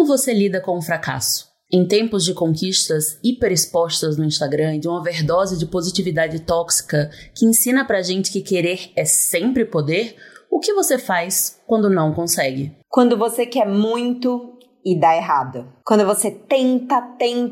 você lida com o fracasso? Em tempos de conquistas hiperexpostas no Instagram e de uma overdose de positividade tóxica que ensina pra gente que querer é sempre poder, o que você faz quando não consegue? Quando você quer muito e dá errado. Quando você tenta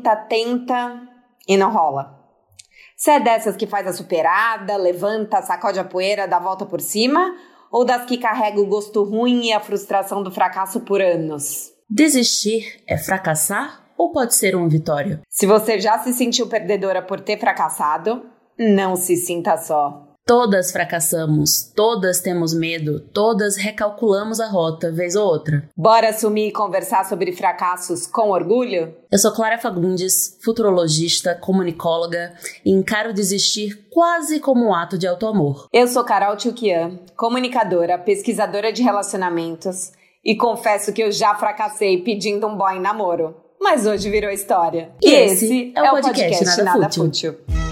e não rola. Você é dessas que faz a superada, levanta, sacode a poeira, dá a volta por cima? Ou das que carrega o gosto ruim e a frustração do fracasso por anos? Desistir é fracassar ou pode ser uma vitória? Se você já se sentiu perdedora por ter fracassado, não se sinta só. Todas fracassamos, todas temos medo, todas recalculamos a rota, vez ou outra. Bora assumir e conversar sobre fracassos com orgulho? Eu sou Clara Fagundes, futurologista, comunicóloga e encaro desistir quase como um ato de autoamor. Eu sou Carol Tchoukian, comunicadora, pesquisadora de relacionamentos e confesso que eu já fracassei pedindo um boy em namoro. Mas hoje virou história. E esse é o podcast Nada Fútil.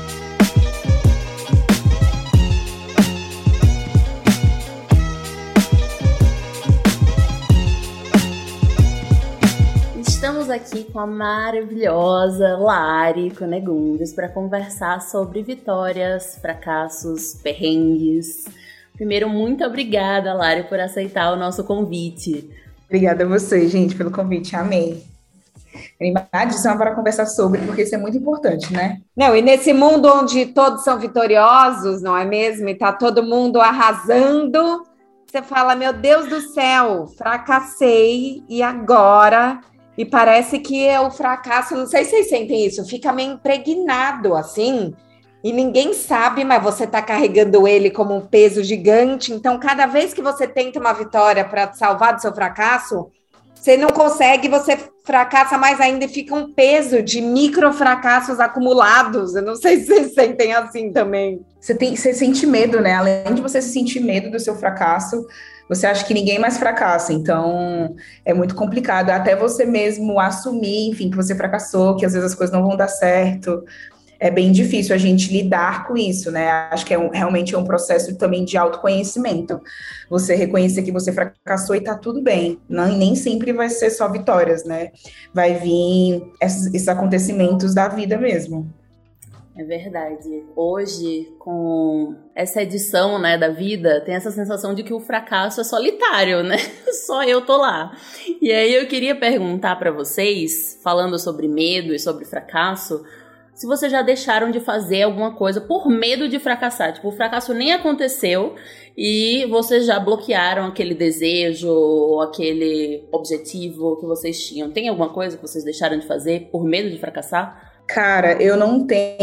Estamos aqui com a maravilhosa Lari Cunegundes para conversar sobre vitórias, fracassos, perrengues. Primeiro, muito obrigada, Lari, por aceitar o nosso convite. Obrigada a você, gente, pelo convite. Amei. Animadíssima para conversar sobre, porque isso é muito importante, né? Não, e nesse mundo onde todos são vitoriosos, não é mesmo? E tá todo mundo arrasando, você fala, meu Deus do céu, fracassei e agora... E parece que é o fracasso, não sei se vocês sentem isso, fica meio impregnado assim, e ninguém sabe, mas você tá carregando ele como um peso gigante, então cada vez que você tenta uma vitória para salvar do seu fracasso, você não consegue, você fracassa mais ainda e fica um peso de micro fracassos acumulados. Eu não sei se vocês sentem assim também. Você sente medo, né? Além de você sentir medo do seu fracasso, você acha que ninguém mais fracassa, então é muito complicado, até você mesmo assumir, enfim, que você fracassou, que às vezes as coisas não vão dar certo, é bem difícil a gente lidar com isso, né, acho que realmente é um processo também de autoconhecimento, você reconhecer que você fracassou e tá tudo bem, nem sempre vai ser só vitórias, né, vai vir esses acontecimentos da vida mesmo. É verdade. Hoje, com essa edição, né, da vida, tem essa sensação de que o fracasso é solitário, né? Só eu tô lá. E aí eu queria perguntar pra vocês, falando sobre medo e sobre fracasso, se vocês já deixaram de fazer alguma coisa por medo de fracassar. Tipo, o fracasso nem aconteceu e vocês já bloquearam aquele desejo ou aquele objetivo que vocês tinham. Tem alguma coisa que vocês deixaram de fazer por medo de fracassar? Cara, eu não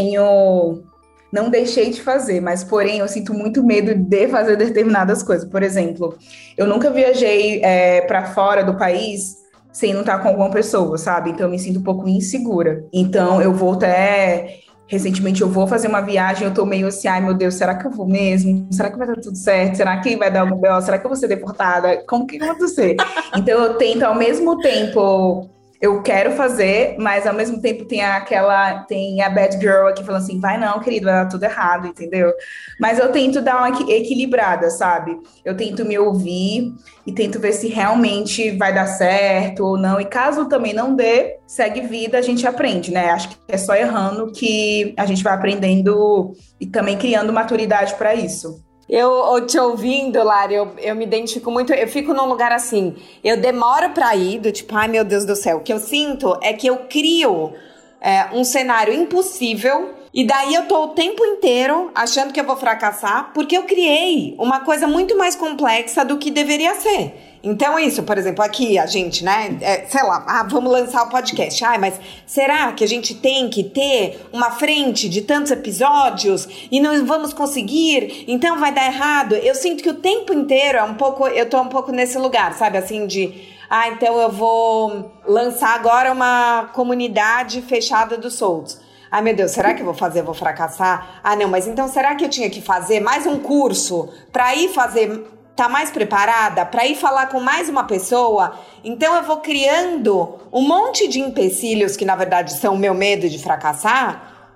deixei de fazer, mas porém eu sinto muito medo de fazer determinadas coisas. Por exemplo, eu nunca viajei para fora do país sem não estar com alguma pessoa, sabe? Então eu me sinto um pouco insegura. Então eu vou recentemente eu vou fazer uma viagem, eu tô meio assim, ai meu Deus, será que eu vou mesmo? Será que vai dar tudo certo? Será que vai dar algum B.O.? Será que eu vou ser deportada? Como que vai acontecer? Então eu tento ao mesmo tempo... Eu quero fazer, mas ao mesmo tempo tem a bad girl aqui falando assim, vai não, querido, vai dar tudo errado, entendeu? Mas eu tento dar uma equilibrada, sabe? Eu tento me ouvir e tento ver se realmente vai dar certo ou não. E caso também não dê, segue vida, a gente aprende, né? Acho que é só errando que a gente vai aprendendo e também criando maturidade para isso. Eu te ouvindo, Lari, eu me identifico muito, eu fico num lugar assim, eu demoro pra ir, do tipo, ai meu Deus do céu, o que eu sinto é que eu crio um cenário impossível e daí eu tô o tempo inteiro achando que eu vou fracassar porque eu criei uma coisa muito mais complexa do que deveria ser. Então isso, por exemplo, aqui a gente, né, sei lá, vamos lançar o podcast. Mas será que a gente tem que ter uma frente de tantos episódios e não vamos conseguir? Então vai dar errado? Eu sinto que o tempo inteiro eu tô um pouco nesse lugar, sabe, assim de... então eu vou lançar agora uma comunidade fechada dos soltos. Ai, meu Deus, será que eu vou fazer? Vou fracassar? Não, mas então será que eu tinha que fazer mais um curso pra ir fazer... Tá mais preparada para ir falar com mais uma pessoa? Então eu vou criando um monte de empecilhos que na verdade são o meu medo de fracassar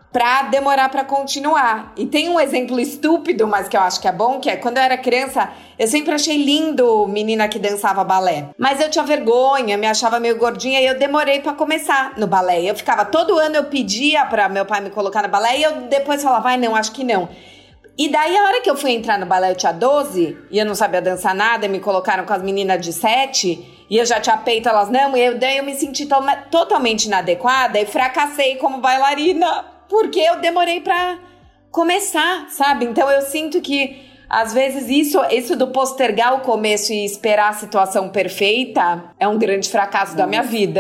pra demorar pra continuar. E tem um exemplo estúpido, mas que eu acho que é bom, que é quando eu era criança, eu sempre achei lindo menina que dançava balé. Mas eu tinha vergonha, me achava meio gordinha e eu demorei pra começar no balé. Eu ficava, todo ano eu pedia pra meu pai me colocar no balé e eu depois falava, não, acho que não. E daí a hora que eu fui entrar no balé eu tinha 12 e eu não sabia dançar nada, e me colocaram com as meninas de 7 e eu já tinha peito, elas não, e daí eu me senti totalmente inadequada e fracassei como bailarina. Porque eu demorei pra começar, sabe? Então eu sinto que, às vezes, isso do postergar o começo e esperar a situação perfeita é um grande fracasso da minha vida.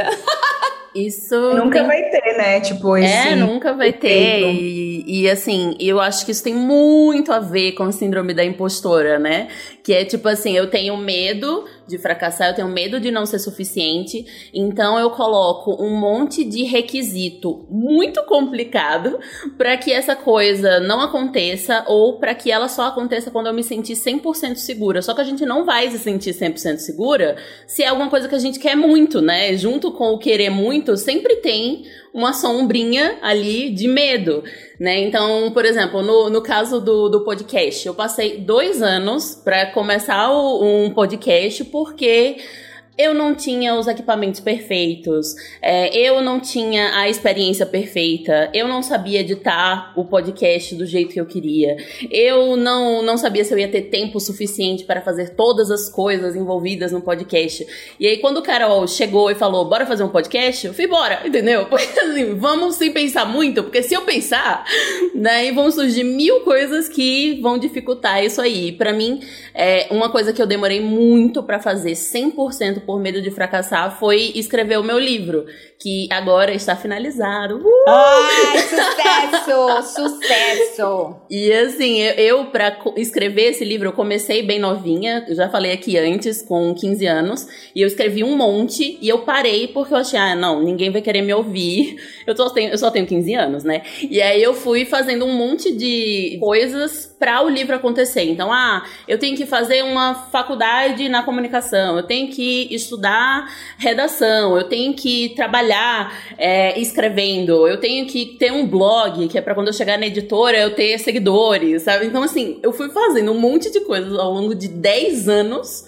Isso nunca vai ter, né? Tipo, esse... nunca vai ter. E assim, eu acho que isso tem muito a ver com a síndrome da impostora, né? Que é tipo assim, eu tenho medo de fracassar, eu tenho medo de não ser suficiente, então eu coloco um monte de requisito muito complicado para que essa coisa não aconteça ou para que ela só aconteça quando eu me sentir 100% segura. Só que a gente não vai se sentir 100% segura se é alguma coisa que a gente quer muito, né? Junto com o querer muito, sempre tem uma sombrinha ali de medo, né? Então, por exemplo, no caso do podcast, eu passei 2 anos para começar um podcast porque eu não tinha os equipamentos perfeitos, eu não tinha a experiência perfeita, eu não sabia editar o podcast do jeito que eu queria, eu não sabia se eu ia ter tempo suficiente para fazer todas as coisas envolvidas no podcast. E aí, quando o Carol chegou e falou, bora fazer um podcast, eu fui, bora, entendeu? Porque assim, vamos sem pensar muito, porque se eu pensar, né, vão surgir 1000 coisas que vão dificultar isso aí. Pra mim, uma coisa que eu demorei muito pra fazer 100% por medo de fracassar foi escrever o meu livro, que agora está finalizado. Ai, sucesso! Sucesso! E assim, eu pra escrever esse livro, eu comecei bem novinha, eu já falei aqui antes, com 15 anos, e eu escrevi um monte, e eu parei porque eu achei, não, ninguém vai querer me ouvir, eu só tenho 15 anos, né? E aí eu fui fazendo um monte de coisas pra o livro acontecer. Então, eu tenho que fazer uma faculdade na comunicação, eu tenho que estudar redação, eu tenho que trabalhar escrevendo, eu tenho que ter um blog, que é pra quando eu chegar na editora eu ter seguidores, sabe? Então, assim, eu fui fazendo um monte de coisas ao longo de 10 anos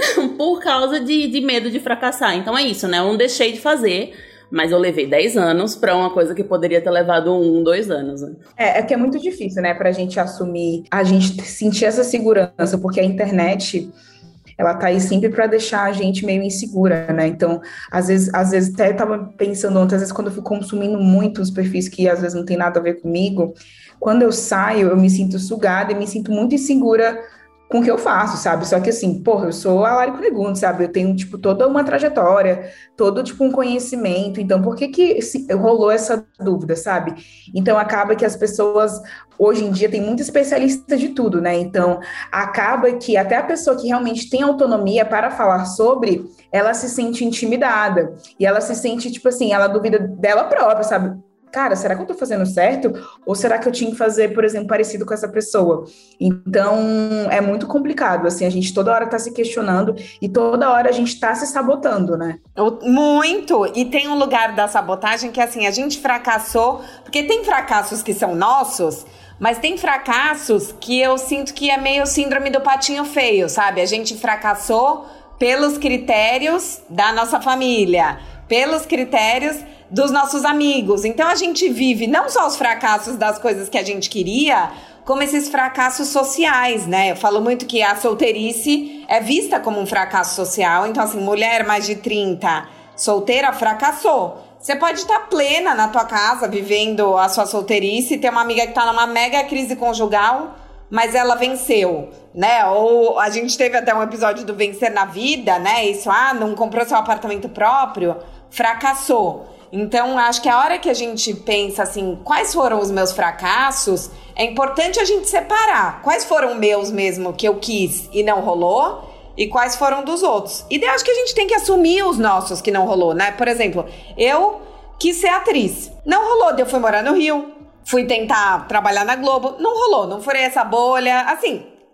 por causa de medo de fracassar. Então é isso, né? Eu não deixei de fazer, mas eu levei 10 anos pra uma coisa que poderia ter levado 1, 2 anos. Né? É que é muito difícil, né? Pra gente assumir, a gente sentir essa segurança, porque a internet, ela tá aí sempre pra deixar a gente meio insegura, né? Então, às vezes até eu tava pensando ontem, às vezes quando eu fico consumindo muito uns perfis que às vezes não tem nada a ver comigo, quando eu saio, eu me sinto sugada e me sinto muito insegura com o que eu faço, sabe? Só que assim, eu sou a Lari Cunegunde, sabe? Eu tenho, toda uma trajetória, todo, um conhecimento. Então, por que rolou essa dúvida, sabe? Então, acaba que as pessoas, hoje em dia, tem muito especialista de tudo, né? Então, acaba que até a pessoa que realmente tem autonomia para falar sobre, ela se sente intimidada. E ela se sente, ela duvida dela própria, sabe? Cara, será que eu tô fazendo certo? Ou será que eu tinha que fazer, por exemplo, parecido com essa pessoa? Então, é muito complicado, assim, a gente toda hora tá se questionando e toda hora a gente tá se sabotando, né? Muito! E tem um lugar da sabotagem que, assim, a gente fracassou, porque tem fracassos que são nossos, mas tem fracassos que eu sinto que é meio síndrome do patinho feio, sabe? A gente fracassou pelos critérios da nossa família, pelos critérios dos nossos amigos. Então a gente vive não só os fracassos das coisas que a gente queria, como esses fracassos sociais, né? Eu falo muito que a solteirice é vista como um fracasso social. Então, assim, mulher mais de 30, solteira, fracassou. Você pode estar plena na tua casa, vivendo a sua solteirice, ter uma amiga que tá numa mega crise conjugal, mas ela venceu, né? Ou a gente teve até um episódio do Vencer na Vida, né? Isso, não comprou seu apartamento próprio, fracassou. Então, acho que a hora que a gente pensa assim, quais foram os meus fracassos, é importante a gente separar. Quais foram meus mesmo que eu quis e não rolou, e quais foram dos outros. E daí acho que a gente tem que assumir os nossos que não rolou, né? Por exemplo, eu quis ser atriz. Não rolou, daí eu fui morar no Rio, fui tentar trabalhar na Globo, não rolou, não furei essa bolha. Assim,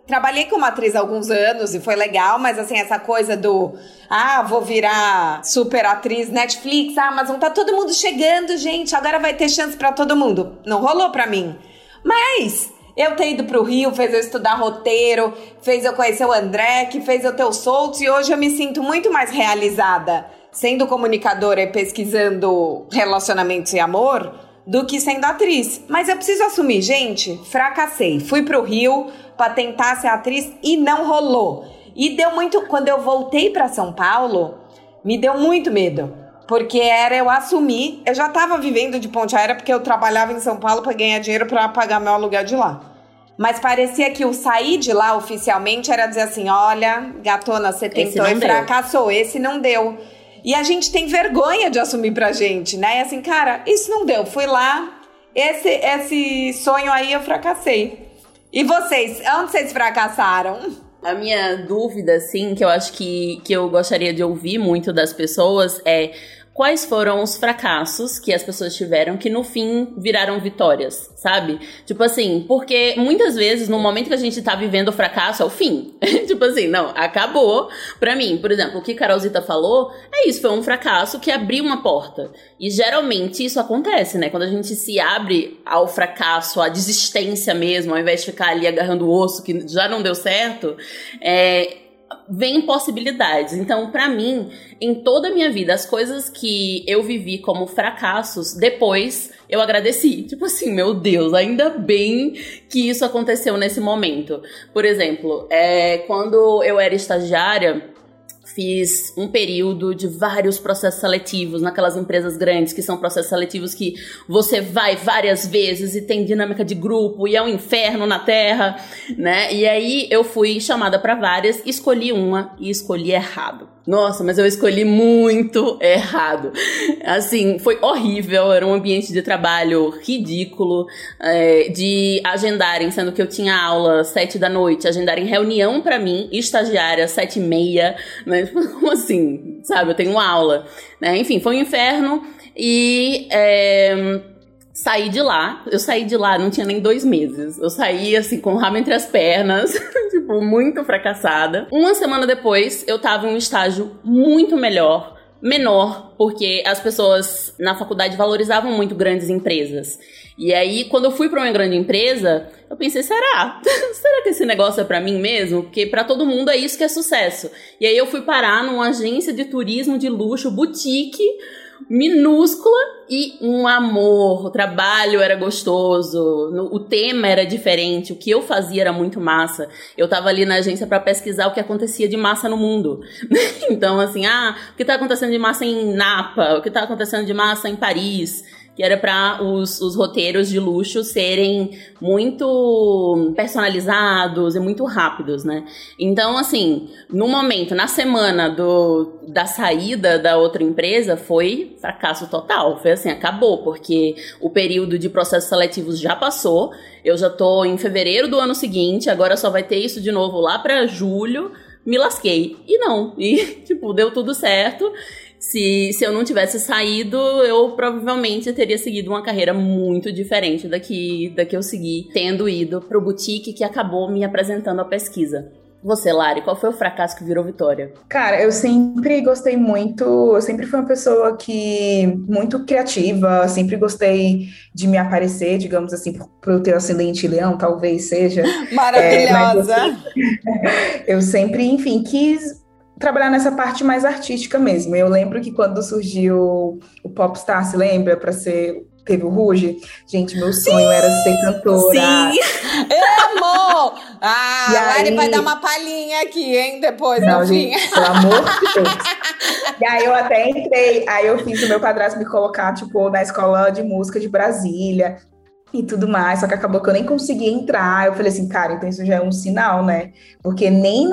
trabalhei como atriz há alguns anos e foi legal, mas assim, essa coisa do vou virar super atriz Netflix, Amazon, tá todo mundo chegando, gente, agora vai ter chance pra todo mundo. Não rolou pra mim. Mas eu ter ido pro Rio, fez eu estudar roteiro, fez eu conhecer o André, que fez eu ter o Soltos, e hoje eu me sinto muito mais realizada sendo comunicadora e pesquisando relacionamentos e amor do que sendo atriz. Mas eu preciso assumir, gente, fracassei. Fui pro Rio pra tentar ser atriz e não rolou. E deu muito... Quando eu voltei pra São Paulo, me deu muito medo. Porque era eu assumir... Eu já tava vivendo de ponte aérea porque eu trabalhava em São Paulo pra ganhar dinheiro pra pagar meu aluguel de lá. Mas parecia que o sair de lá oficialmente era dizer assim, olha, gatona, você tentou e fracassou. Esse não deu. E a gente tem vergonha de assumir pra gente, né? E assim, cara, isso não deu. Fui lá, esse sonho aí eu fracassei. E vocês? Onde vocês fracassaram? A minha dúvida, assim, que eu acho que eu gostaria de ouvir muito das pessoas é... Quais foram os fracassos que as pessoas tiveram que no fim viraram vitórias, sabe? Tipo assim, porque muitas vezes no momento que a gente tá vivendo o fracasso é o fim. Tipo assim, não, acabou. Pra mim, por exemplo, o que Carolzita falou, é isso, foi um fracasso que abriu uma porta. E geralmente isso acontece, né? Quando a gente se abre ao fracasso, à desistência mesmo, ao invés de ficar ali agarrando o osso que já não deu certo, vem possibilidades. Então, pra mim, em toda a minha vida, as coisas que eu vivi como fracassos, depois eu agradeci. Tipo assim, meu Deus, ainda bem que isso aconteceu nesse momento. Por exemplo, quando eu era estagiária, fiz um período de vários processos seletivos naquelas empresas grandes, que são processos seletivos que você vai várias vezes e tem dinâmica de grupo e é um inferno na terra, né? E aí eu fui chamada para várias, escolhi uma e escolhi errado. Nossa, mas eu escolhi muito errado. Assim, foi horrível, era um ambiente de trabalho ridículo, de agendarem, sendo que eu tinha aula 7 da noite, agendarem reunião pra mim, estagiária 7h30, né? Como assim? Sabe, eu tenho aula, né? Enfim, foi um inferno e... saí de lá, não tinha nem 2 meses. Eu saí, assim, com o rabo entre as pernas, tipo, muito fracassada. Uma semana depois, eu tava em um estágio muito menor, porque as pessoas na faculdade valorizavam muito grandes empresas. E aí, quando eu fui pra uma grande empresa, eu pensei, será? Será que esse negócio é pra mim mesmo? Porque pra todo mundo é isso que é sucesso. E aí eu fui parar numa agência de turismo de luxo, boutique, minúscula, e um amor. O trabalho era gostoso, o tema era diferente, o que eu fazia era muito massa. Eu tava ali na agência pra pesquisar o que acontecia de massa no mundo. Então, assim, o que tá acontecendo de massa em Napa, o que tá acontecendo de massa em Paris, que era para os roteiros de luxo serem muito personalizados e muito rápidos, né? Então, assim, no momento, na semana da saída da outra empresa, foi fracasso total. Foi assim, acabou, porque o período de processos seletivos já passou, eu já tô em fevereiro do ano seguinte, agora só vai ter isso de novo lá para julho, me lasquei. E tipo, deu tudo certo. Se eu não tivesse saído, eu provavelmente teria seguido uma carreira muito diferente da que eu segui, tendo ido pro boutique que acabou me apresentando a pesquisa. Você, Lari, qual foi o fracasso que virou vitória? Cara, eu sempre gostei muito, eu sempre fui uma pessoa muito criativa, sempre gostei de me aparecer, digamos assim, por eu ter ascendente leão, talvez seja. Maravilhosa! Eu sempre, enfim, quis trabalhar nessa parte mais artística mesmo. Eu lembro que quando surgiu o Popstar, se lembra? Teve o Ruge. Gente, meu sonho era ser cantora. Sim! Amo! A Lari vai dar uma palhinha aqui, hein? Depois, não, gente, pelo amor de Deus. E aí eu até entrei, aí eu fiz o meu padrasto me colocar, tipo, na escola de música de Brasília e tudo mais, só que acabou que eu nem consegui entrar. Eu falei assim, cara, então isso já é um sinal, né? Porque nem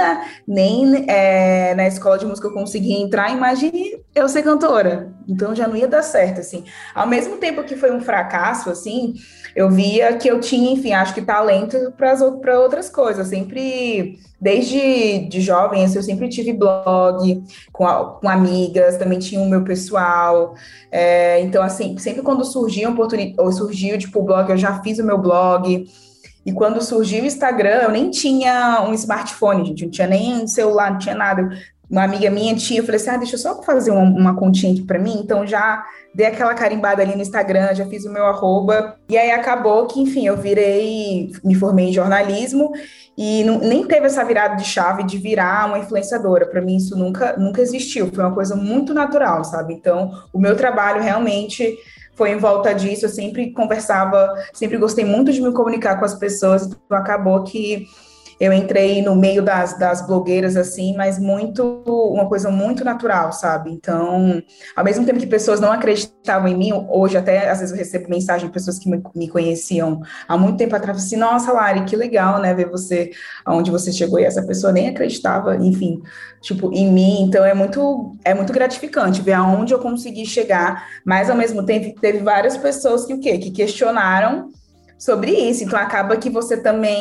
na escola de música eu consegui entrar, imagine eu ser cantora. Então já não ia dar certo, assim. Ao mesmo tempo que foi um fracasso, assim, eu via que eu tinha, enfim, acho que talento para outras coisas. Sempre, desde de jovem, assim, eu sempre tive blog com amigas, também tinha o meu pessoal. Então, assim, sempre quando surgia uma oportunidade, ou surgiu, tipo, o blog, eu já fiz o meu blog. E quando surgiu o Instagram, eu nem tinha um smartphone, gente, não tinha nem celular, não tinha nada. Uma amiga minha tinha, eu falei assim, deixa eu só fazer uma continha aqui pra mim. Então já dei aquela carimbada ali no Instagram, já fiz o meu @. E aí acabou que, enfim, eu me formei em jornalismo e nem teve essa virada de chave de virar uma influenciadora. Para mim isso nunca existiu, foi uma coisa muito natural, sabe? Então o meu trabalho realmente foi em volta disso, eu sempre conversava, sempre gostei muito de me comunicar com as pessoas, então acabou que eu entrei no meio das blogueiras, assim, mas uma coisa muito natural, sabe? Então, ao mesmo tempo que pessoas não acreditavam em mim, hoje até, às vezes, eu recebo mensagem de pessoas que me conheciam há muito tempo atrás, assim, nossa, Lari, que legal, né, ver você, aonde você chegou, e essa pessoa nem acreditava, enfim, tipo, em mim, então é muito gratificante ver aonde eu consegui chegar, mas, ao mesmo tempo, teve várias pessoas que questionaram sobre isso, então acaba que você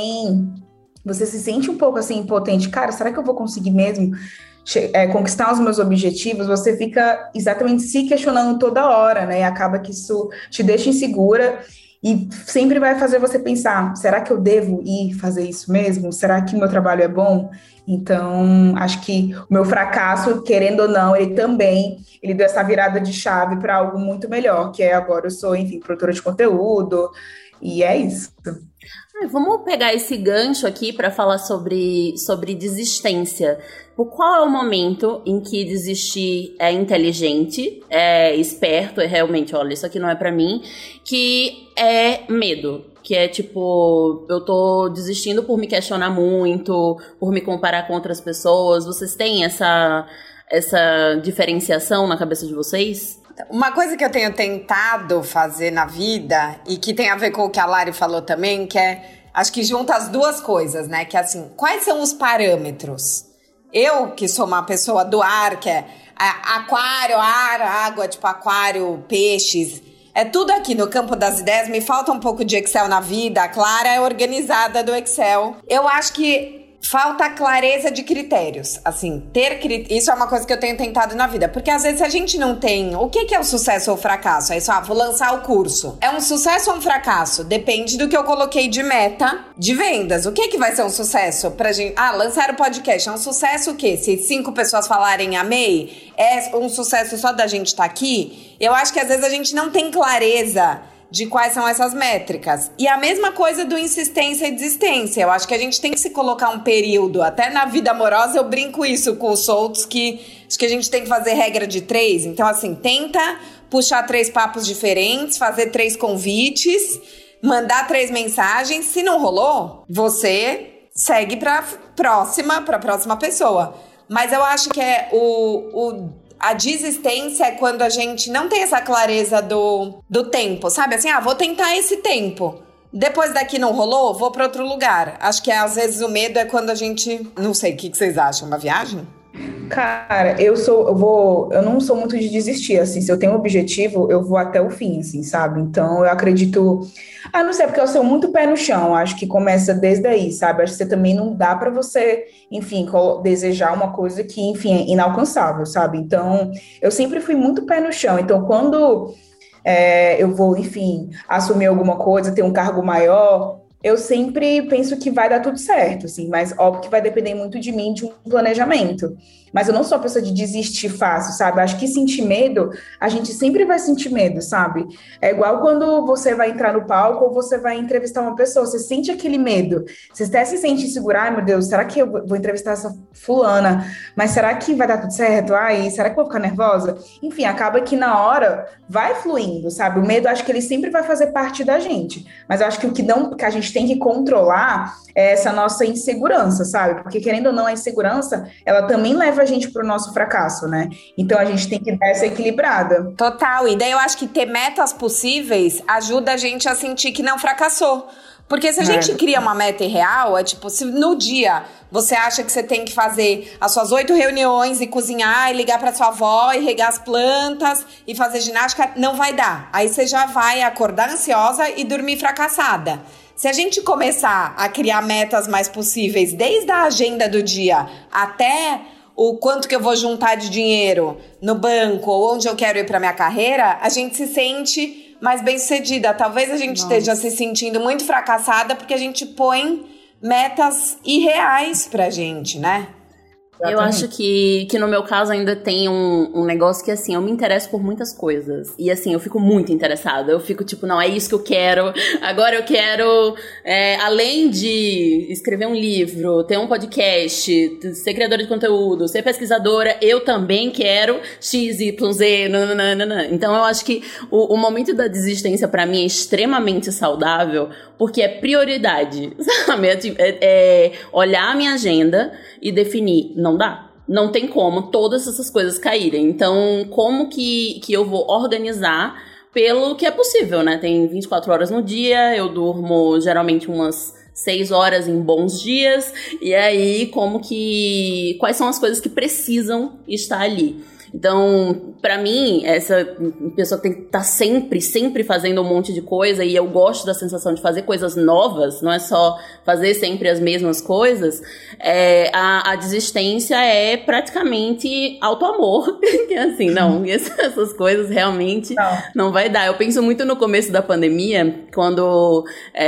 se sente um pouco assim impotente, cara, será que eu vou conseguir mesmo conquistar os meus objetivos? Você fica exatamente se questionando toda hora, né? E acaba que isso te deixa insegura e sempre vai fazer você pensar, será que eu devo ir fazer isso mesmo? Será que o meu trabalho é bom? Então, acho que o meu fracasso, querendo ou não, ele deu essa virada de chave para algo muito melhor, que é agora eu sou, enfim, produtora de conteúdo, e é isso. Vamos pegar esse gancho aqui para falar sobre desistência. Qual é o momento em que desistir é inteligente, é esperto, é realmente, olha, isso aqui não é para mim, que é medo? Que é tipo, eu tô desistindo por me questionar muito, por me comparar com outras pessoas. Vocês têm essa diferenciação na cabeça de vocês? Uma coisa que eu tenho tentado fazer na vida, e que tem a ver com o que a Lari falou também, que acho que junta as duas coisas, né? Que é assim, quais são os parâmetros? Eu, que sou uma pessoa do ar, que é aquário, ar, água, tipo aquário, peixes, é tudo aqui no campo das ideias, me falta um pouco de Excel na vida, a Clara é organizada do Excel. Eu acho que falta clareza de critérios, assim, isso é uma coisa que eu tenho tentado na vida, porque às vezes a gente não tem, o que é o sucesso ou o fracasso? É isso, vou lançar o curso. É um sucesso ou um fracasso? Depende do que eu coloquei de meta de vendas. O que vai ser um sucesso pra gente? Lançar o podcast, é um sucesso o quê? Se 5 pessoas falarem amei, é um sucesso só da gente estar aqui? Eu acho que às vezes a gente não tem clareza de quais são essas métricas. E a mesma coisa do insistência e desistência. Eu acho que a gente tem que se colocar um período, até na vida amorosa eu brinco isso com os soltos, que acho que a gente tem que fazer regra de 3. Então, assim, tenta puxar 3 papos diferentes, fazer 3 convites, mandar 3 mensagens. Se não rolou, você segue pra próxima pessoa. Mas eu acho que a desistência é quando a gente não tem essa clareza do tempo, sabe? Assim, vou tentar esse tempo. Depois daqui não rolou, vou para outro lugar. Acho que às vezes o medo é quando a gente... Não sei, o que vocês acham? Uma viagem? Cara, eu não sou muito de desistir, assim, se eu tenho um objetivo, eu vou até o fim, assim, sabe? Então, eu acredito, não sei, porque eu sou muito pé no chão, acho que começa desde aí, sabe? Acho que você também não dá pra você, enfim, desejar uma coisa que, enfim, é inalcançável, sabe? Então, eu sempre fui muito pé no chão, então, quando eu vou, enfim, assumir alguma coisa, ter um cargo maior, eu sempre penso que vai dar tudo certo, assim, mas óbvio que vai depender muito de mim, de um planejamento. Mas eu não sou a pessoa de desistir fácil, sabe? Acho que sentir medo, a gente sempre vai sentir medo, sabe? É igual quando você vai entrar no palco ou você vai entrevistar uma pessoa, você sente aquele medo. Você até se sente inseguro, meu Deus, será que eu vou entrevistar essa fulana? Mas será que vai dar tudo certo? Será que eu vou ficar nervosa? Enfim, acaba que na hora vai fluindo, sabe? O medo, acho que ele sempre vai fazer parte da gente. Mas eu acho que o que a gente tem que controlar é essa nossa insegurança, sabe? Porque querendo ou não, a insegurança, ela também leva a gente para o nosso fracasso, né? Então a gente tem que dar essa equilibrada. Total, e daí eu acho que ter metas possíveis ajuda a gente a sentir que não fracassou. Porque se a gente cria uma meta irreal, é tipo, se no dia você acha que você tem que fazer as suas 8 reuniões e cozinhar e ligar para sua avó e regar as plantas e fazer ginástica, não vai dar. Aí você já vai acordar ansiosa e dormir fracassada. Se a gente começar a criar metas mais possíveis, desde a agenda do dia até o quanto que eu vou juntar de dinheiro no banco ou onde eu quero ir para minha carreira, a gente se sente mais bem-sucedida. Talvez a gente esteja se sentindo muito fracassada porque a gente põe metas irreais pra gente, né? Eu acho que no meu caso ainda tem um negócio que, assim, eu me interesso por muitas coisas. E, assim, eu fico muito interessada. Eu fico tipo, não, é isso que eu quero. Agora eu quero, além de escrever um livro, ter um podcast, ser criadora de conteúdo, ser pesquisadora, eu também quero X, Y, Z, nananana. Então eu acho que o momento da desistência pra mim é extremamente saudável, porque é prioridade, sabe? É olhar a minha agenda e definir, não dá. Não tem como todas essas coisas caírem. Então, como que eu vou organizar pelo que é possível, né? Tem 24 horas no dia, eu durmo geralmente umas 6 horas em bons dias. E aí, quais são as coisas que precisam estar ali? Então, pra mim, essa pessoa que tem que estar sempre fazendo um monte de coisa, e eu gosto da sensação de fazer coisas novas, não é só fazer sempre as mesmas coisas, a desistência é praticamente auto-amor. Que é assim, não, essas coisas realmente não vai dar. Eu penso muito no começo da pandemia, quando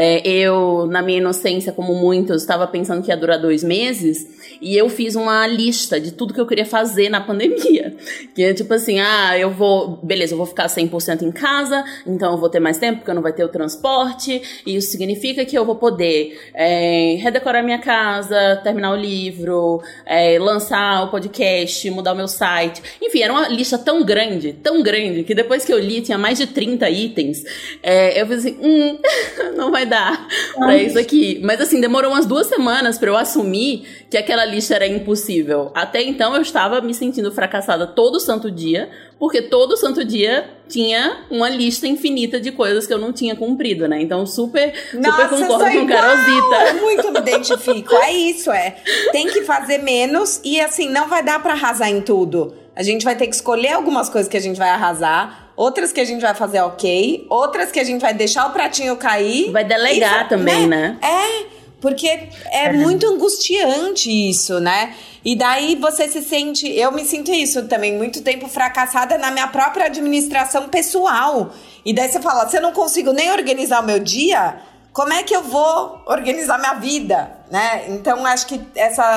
eu, na minha inocência, como muitos, estava pensando que ia durar 2 meses, e eu fiz uma lista de tudo que eu queria fazer na pandemia. Que é tipo assim, eu vou ficar 100% em casa, então eu vou ter mais tempo, porque eu não vai ter o transporte, e isso significa que eu vou poder redecorar minha casa, terminar o livro, lançar o podcast, mudar o meu site. Enfim, era uma lista tão grande, que depois que eu li, tinha mais de 30 itens. Eu falei assim, não vai dar pra isso aqui. Mas assim, demorou umas 2 semanas pra eu assumir que aquela lista era impossível. Até então eu estava me sentindo fracassada todo santo dia, porque todo santo dia tinha uma lista infinita de coisas que eu não tinha cumprido, né? Então super concordo com Carolzita. Eu muito me identifico, é isso, tem que fazer menos e assim, não vai dar pra arrasar em tudo. A gente vai ter que escolher algumas coisas que a gente vai arrasar, outras que a gente vai fazer ok, outras que a gente vai deixar o pratinho cair. Vai delegar também, né? Porque é muito angustiante isso, né? E daí você se sente... Eu me sinto isso também, muito tempo fracassada na minha própria administração pessoal. E daí você fala, se eu não consigo nem organizar o meu dia, como é que eu vou organizar minha vida, né? Então, acho que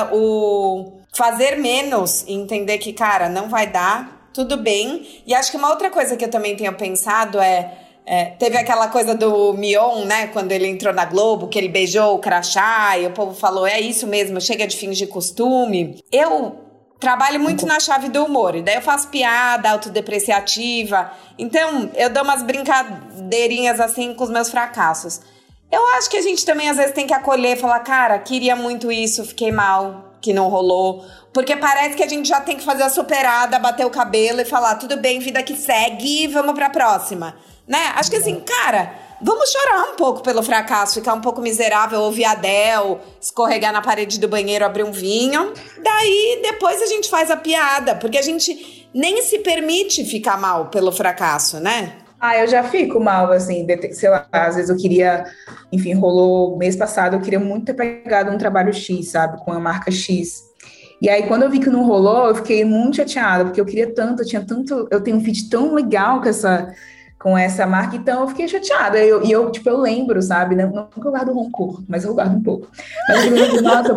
o fazer menos e entender que, cara, não vai dar, tudo bem. E acho que uma outra coisa que eu também tenho pensado teve aquela coisa do Mion, né? Quando ele entrou na Globo, que ele beijou o crachá e o povo falou, é isso mesmo, chega de fingir costume. Eu trabalho muito na chave do humor, e daí eu faço piada autodepreciativa. Então, eu dou umas brincadeirinhas assim com os meus fracassos. Eu acho que a gente também às vezes tem que acolher e falar, cara, queria muito isso, fiquei mal, que não rolou. Porque parece que a gente já tem que fazer a superada, bater o cabelo e falar, tudo bem, vida que segue, vamos pra próxima. Né? Acho que assim, cara, vamos chorar um pouco pelo fracasso, ficar um pouco miserável, ouvir Adele, escorregar na parede do banheiro, abrir um vinho. Daí, depois a gente faz a piada, porque a gente nem se permite ficar mal pelo fracasso, né? Eu já fico mal, assim, sei lá, às vezes eu queria, enfim, rolou mês passado, eu queria muito ter pegado um trabalho X, sabe, com a marca X. E aí, quando eu vi que não rolou, eu fiquei muito chateada, porque eu queria tanto, eu tenho um feed tão legal com essa marca, então eu fiquei chateada. Eu lembro, sabe? Nunca eu guardo rancor, mas eu guardo um pouco. Mas eu lembro, nossa, eu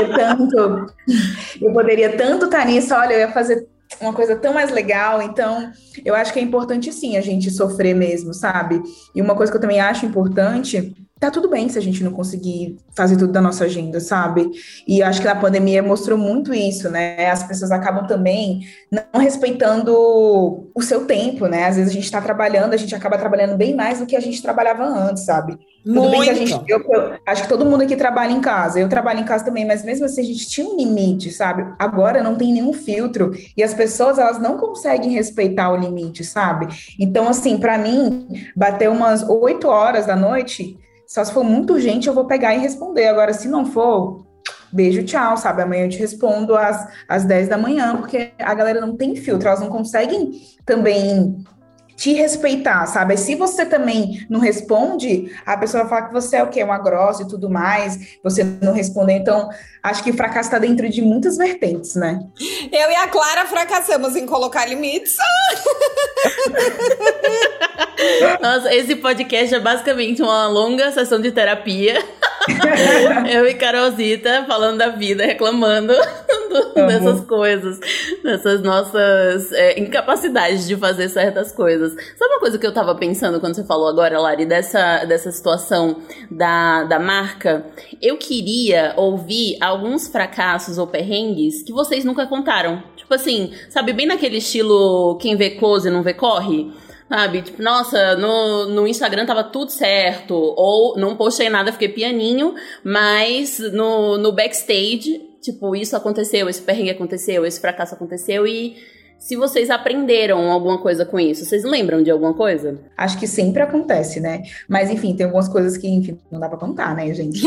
poderia tanto estar nisso, olha, eu ia fazer uma coisa tão mais legal. Então, eu acho que é importante, sim, a gente sofrer mesmo, sabe? E uma coisa que eu também acho importante... Tá tudo bem se a gente não conseguir fazer tudo da nossa agenda, sabe? E acho que na pandemia mostrou muito isso, né? As pessoas acabam também não respeitando o seu tempo, né? Às vezes a gente tá trabalhando, a gente acaba trabalhando bem mais do que a gente trabalhava antes, sabe? Tudo bem que eu acho que todo mundo aqui trabalha em casa, eu trabalho em casa também, mas mesmo assim a gente tinha um limite, sabe? Agora não tem nenhum filtro e as pessoas, elas não conseguem respeitar o limite, sabe? Então, assim, pra mim, bater umas 8 horas da noite... Só se for muito urgente, eu vou pegar e responder. Agora, se não for, beijo, tchau, sabe? Amanhã eu te respondo às 10 da manhã, porque a galera não tem filtro, elas não conseguem também te respeitar, sabe? E se você também não responde, a pessoa vai falar que você é o quê? Uma grossa e tudo mais, você não responder. Então, acho que o fracasso está dentro de muitas vertentes, né? Eu e a Clara fracassamos em colocar limites. Nossa, esse podcast é basicamente uma longa sessão de terapia. Eu e Carolzita falando da vida, reclamando dessas coisas, dessas nossas incapacidades de fazer certas coisas. Sabe uma coisa que eu tava pensando quando você falou agora, Lari, dessa situação da marca? Eu queria ouvir alguns fracassos ou perrengues que vocês nunca contaram. Tipo assim, sabe, bem naquele estilo quem vê close não vê corre? Sabe, tipo, nossa, no Instagram tava tudo certo, ou não postei nada, fiquei pianinho, mas no backstage, tipo, isso aconteceu, esse perrengue aconteceu, esse fracasso aconteceu, e se vocês aprenderam alguma coisa com isso, vocês lembram de alguma coisa? Acho que sempre acontece, né? Mas, enfim, tem algumas coisas que, enfim, não dá pra contar, né, gente?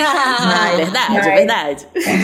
É verdade.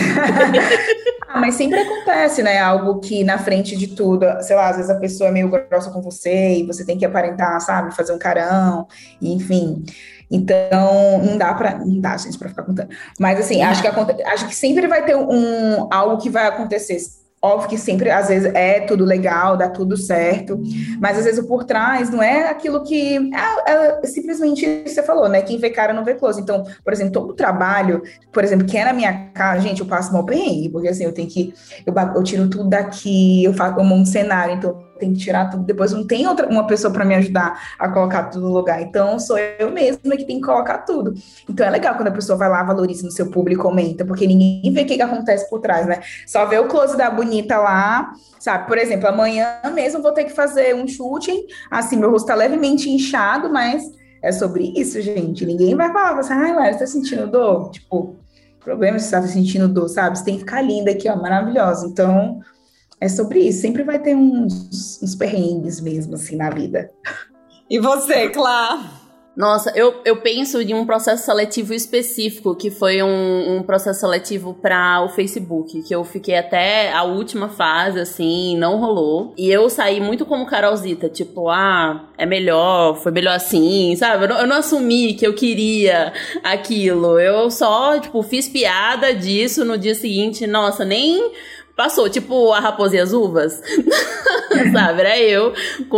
Mas sempre acontece, né? Algo que na frente de tudo, sei lá, às vezes a pessoa é meio grossa com você e você tem que aparentar, sabe? Fazer um carão, e, enfim. Então, não dá, gente, pra ficar contando. Mas, assim, acho que sempre vai ter algo que vai acontecer. Óbvio que sempre, às vezes, é tudo legal, dá tudo certo, mas às vezes o por trás não é aquilo que é simplesmente você falou, né? Quem vê cara não vê close. Então, por exemplo, todo o trabalho, por exemplo, que é na minha casa, gente, eu passo mal perrengue, porque assim, eu tiro tudo daqui, eu monto um cenário, então tem que tirar tudo, depois não tem uma pessoa para me ajudar a colocar tudo no lugar, então sou eu mesma que tem que colocar tudo. Então é legal quando a pessoa vai lá, valoriza no seu público, comenta, porque ninguém vê o que acontece por trás, né? Só vê o close da bonita lá, sabe? Por exemplo, amanhã mesmo vou ter que fazer um shooting, assim, meu rosto tá levemente inchado, mas é sobre isso, gente. Ninguém vai falar assim, ai, Lara, você tá sentindo dor? Tipo, problema se você tá sentindo dor, sabe? Você tem que ficar linda aqui, ó, maravilhosa. Então, é sobre isso. Sempre vai ter uns perrengues mesmo, assim, na vida. E você, Clá? Nossa, eu penso em um processo seletivo específico, que foi um processo seletivo para o Facebook, que eu fiquei até a última fase, assim, não rolou. E eu saí muito como Carolzita, tipo, é melhor, foi melhor assim, sabe? Eu não assumi que eu queria aquilo. Eu só, tipo, fiz piada disso no dia seguinte, nossa, nem... Passou, tipo a Raposa e as Uvas, sabe? Era eu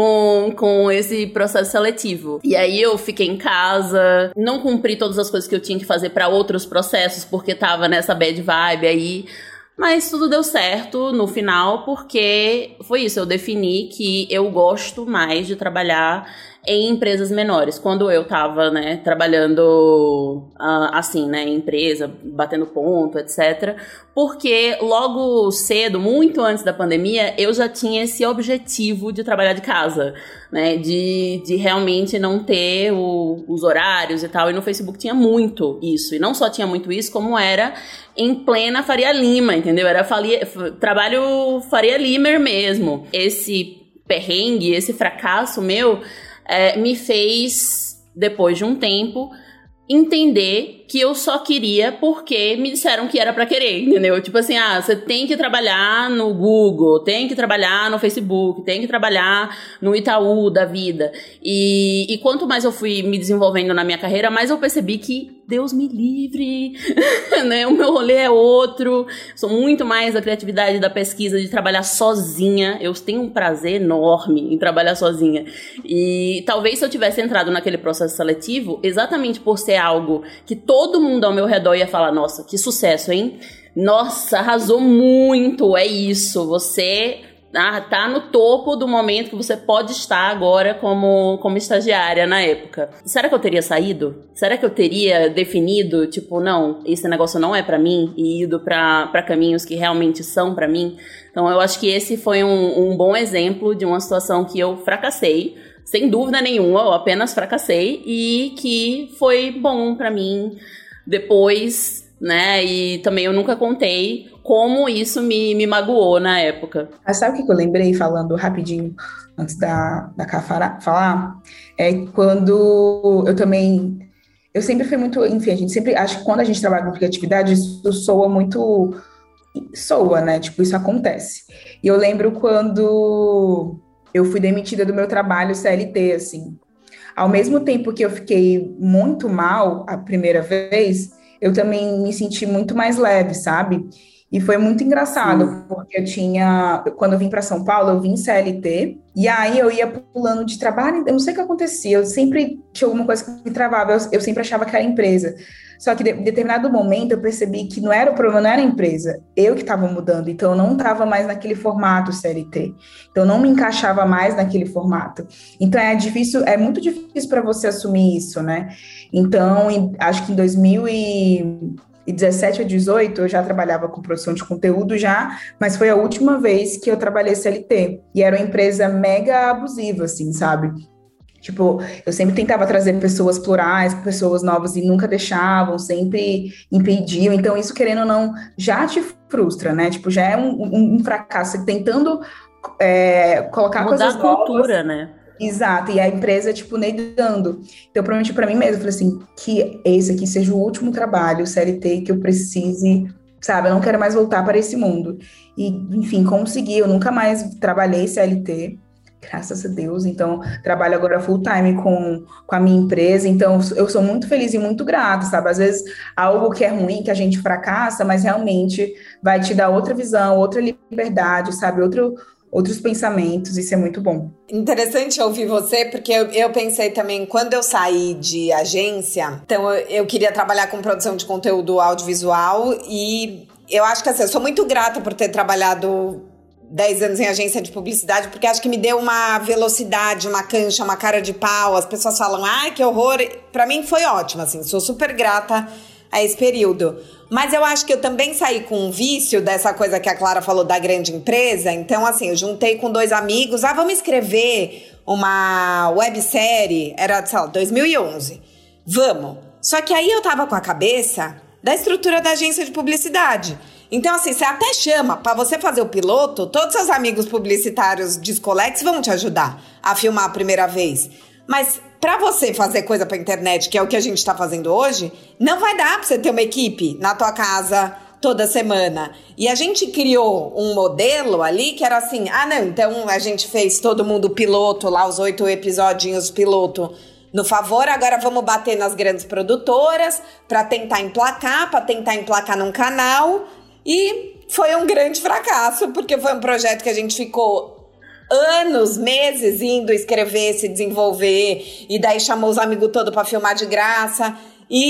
com esse processo seletivo. E aí eu fiquei em casa, não cumpri todas as coisas que eu tinha que fazer pra outros processos, porque tava nessa bad vibe aí. Mas tudo deu certo no final, porque foi isso, eu defini que eu gosto mais de trabalhar em empresas menores. Quando eu tava, né, trabalhando assim, né, em empresa, batendo ponto, etc. Porque logo cedo, muito antes da pandemia, eu já tinha esse objetivo de trabalhar de casa, né, de realmente não ter os horários e tal. E no Facebook tinha muito isso. E não só tinha muito isso, como era em plena Faria Lima, entendeu? Era trabalho Faria Limer mesmo. Esse perrengue, esse fracasso meu... me fez, depois de um tempo, entender que eu só queria porque me disseram que era pra querer, entendeu? Tipo assim, você tem que trabalhar no Google, tem que trabalhar no Facebook, tem que trabalhar no Itaú da vida. E quanto mais eu fui me desenvolvendo na minha carreira, mais eu percebi que Deus me livre, né? O meu rolê é outro. Sou muito mais da criatividade, da pesquisa, de trabalhar sozinha. Eu tenho um prazer enorme em trabalhar sozinha. E talvez se eu tivesse entrado naquele processo seletivo, exatamente por ser algo que todo mundo ao meu redor ia falar, nossa, que sucesso, hein? Nossa, arrasou muito, é isso. Você tá no topo do momento que você pode estar agora como estagiária na época. Será que eu teria saído? Será que eu teria definido, tipo, não, esse negócio não é pra mim, e ido pra caminhos que realmente são pra mim? Então eu acho que esse foi um bom exemplo de uma situação que eu fracassei, sem dúvida nenhuma, eu apenas fracassei, e que foi bom pra mim depois, né? E também eu nunca contei como isso me magoou na época. Sabe o que eu lembrei, falando rapidinho, antes da Cá falar? É quando eu sempre fui muito, enfim, a gente sempre, acho que quando a gente trabalha com criatividade, isso soa, né? Tipo, isso acontece. E eu lembro quando eu fui demitida do meu trabalho CLT, assim. Ao mesmo tempo que eu fiquei muito mal a primeira vez, eu também me senti muito mais leve, sabe? E foi muito engraçado, porque quando eu vim para São Paulo, eu vim em CLT, e aí eu ia pulando de trabalho, eu não sei o que acontecia, eu sempre tinha alguma coisa que me travava, eu sempre achava que era empresa. Só que em determinado momento eu percebi que não era o problema, não era a empresa, eu que estava mudando, então eu não estava mais naquele formato CLT, então eu não me encaixava mais naquele formato. Então é muito difícil para você assumir isso, né? Então, acho que em 2017 ou 18 eu já trabalhava com produção de conteúdo já, mas foi a última vez que eu trabalhei CLT. E era uma empresa mega abusiva, assim, sabe? Tipo, eu sempre tentava trazer pessoas plurais, pessoas novas e nunca deixavam, sempre impediam. Então, isso, querendo ou não, já te frustra, né? Tipo, já é um fracasso. Tentando colocar mudar coisas a cultura, novas, né? exato, e a empresa, tipo, negando. Então, eu prometi pra mim mesma, eu falei assim, que esse aqui seja o último trabalho, o CLT, que eu precise, sabe? Eu não quero mais voltar para esse mundo. E, enfim, consegui, eu nunca mais trabalhei CLT, graças a Deus. Então, trabalho agora full time com a minha empresa, então eu sou muito feliz e muito grata, sabe? Às vezes, algo que é ruim, que a gente fracassa, mas realmente vai te dar outra visão, outra liberdade, sabe? Outros pensamentos, isso é muito bom. Interessante ouvir você, porque eu pensei também, quando eu saí de agência, então eu queria trabalhar com produção de conteúdo audiovisual e eu acho que assim, eu sou muito grata por ter trabalhado 10 anos em agência de publicidade, porque acho que me deu uma velocidade, uma cancha, uma cara de pau, as pessoas falam, ai, que horror, pra mim foi ótimo, assim, sou super grata a esse período. Mas eu acho que eu também saí com um vício dessa coisa que a Clara falou da grande empresa. Então, assim, eu juntei com 2 amigos. Vamos escrever uma websérie. Era, sei lá, 2011. Vamos. Só que aí eu tava com a cabeça da estrutura da agência de publicidade. Então, assim, você até chama pra você fazer o piloto, todos seus amigos publicitários descolex vão te ajudar a filmar a primeira vez. Mas pra você fazer coisa pra internet, que é o que a gente tá fazendo hoje, não vai dar pra você ter uma equipe na tua casa toda semana. E a gente criou um modelo ali que era assim, então a gente fez todo mundo piloto lá, os 8 episodinhos piloto no favor, agora vamos bater nas grandes produtoras pra tentar emplacar num canal. E foi um grande fracasso, porque foi um projeto que a gente ficou anos, meses indo escrever, se desenvolver, e daí chamou os amigos todos pra filmar de graça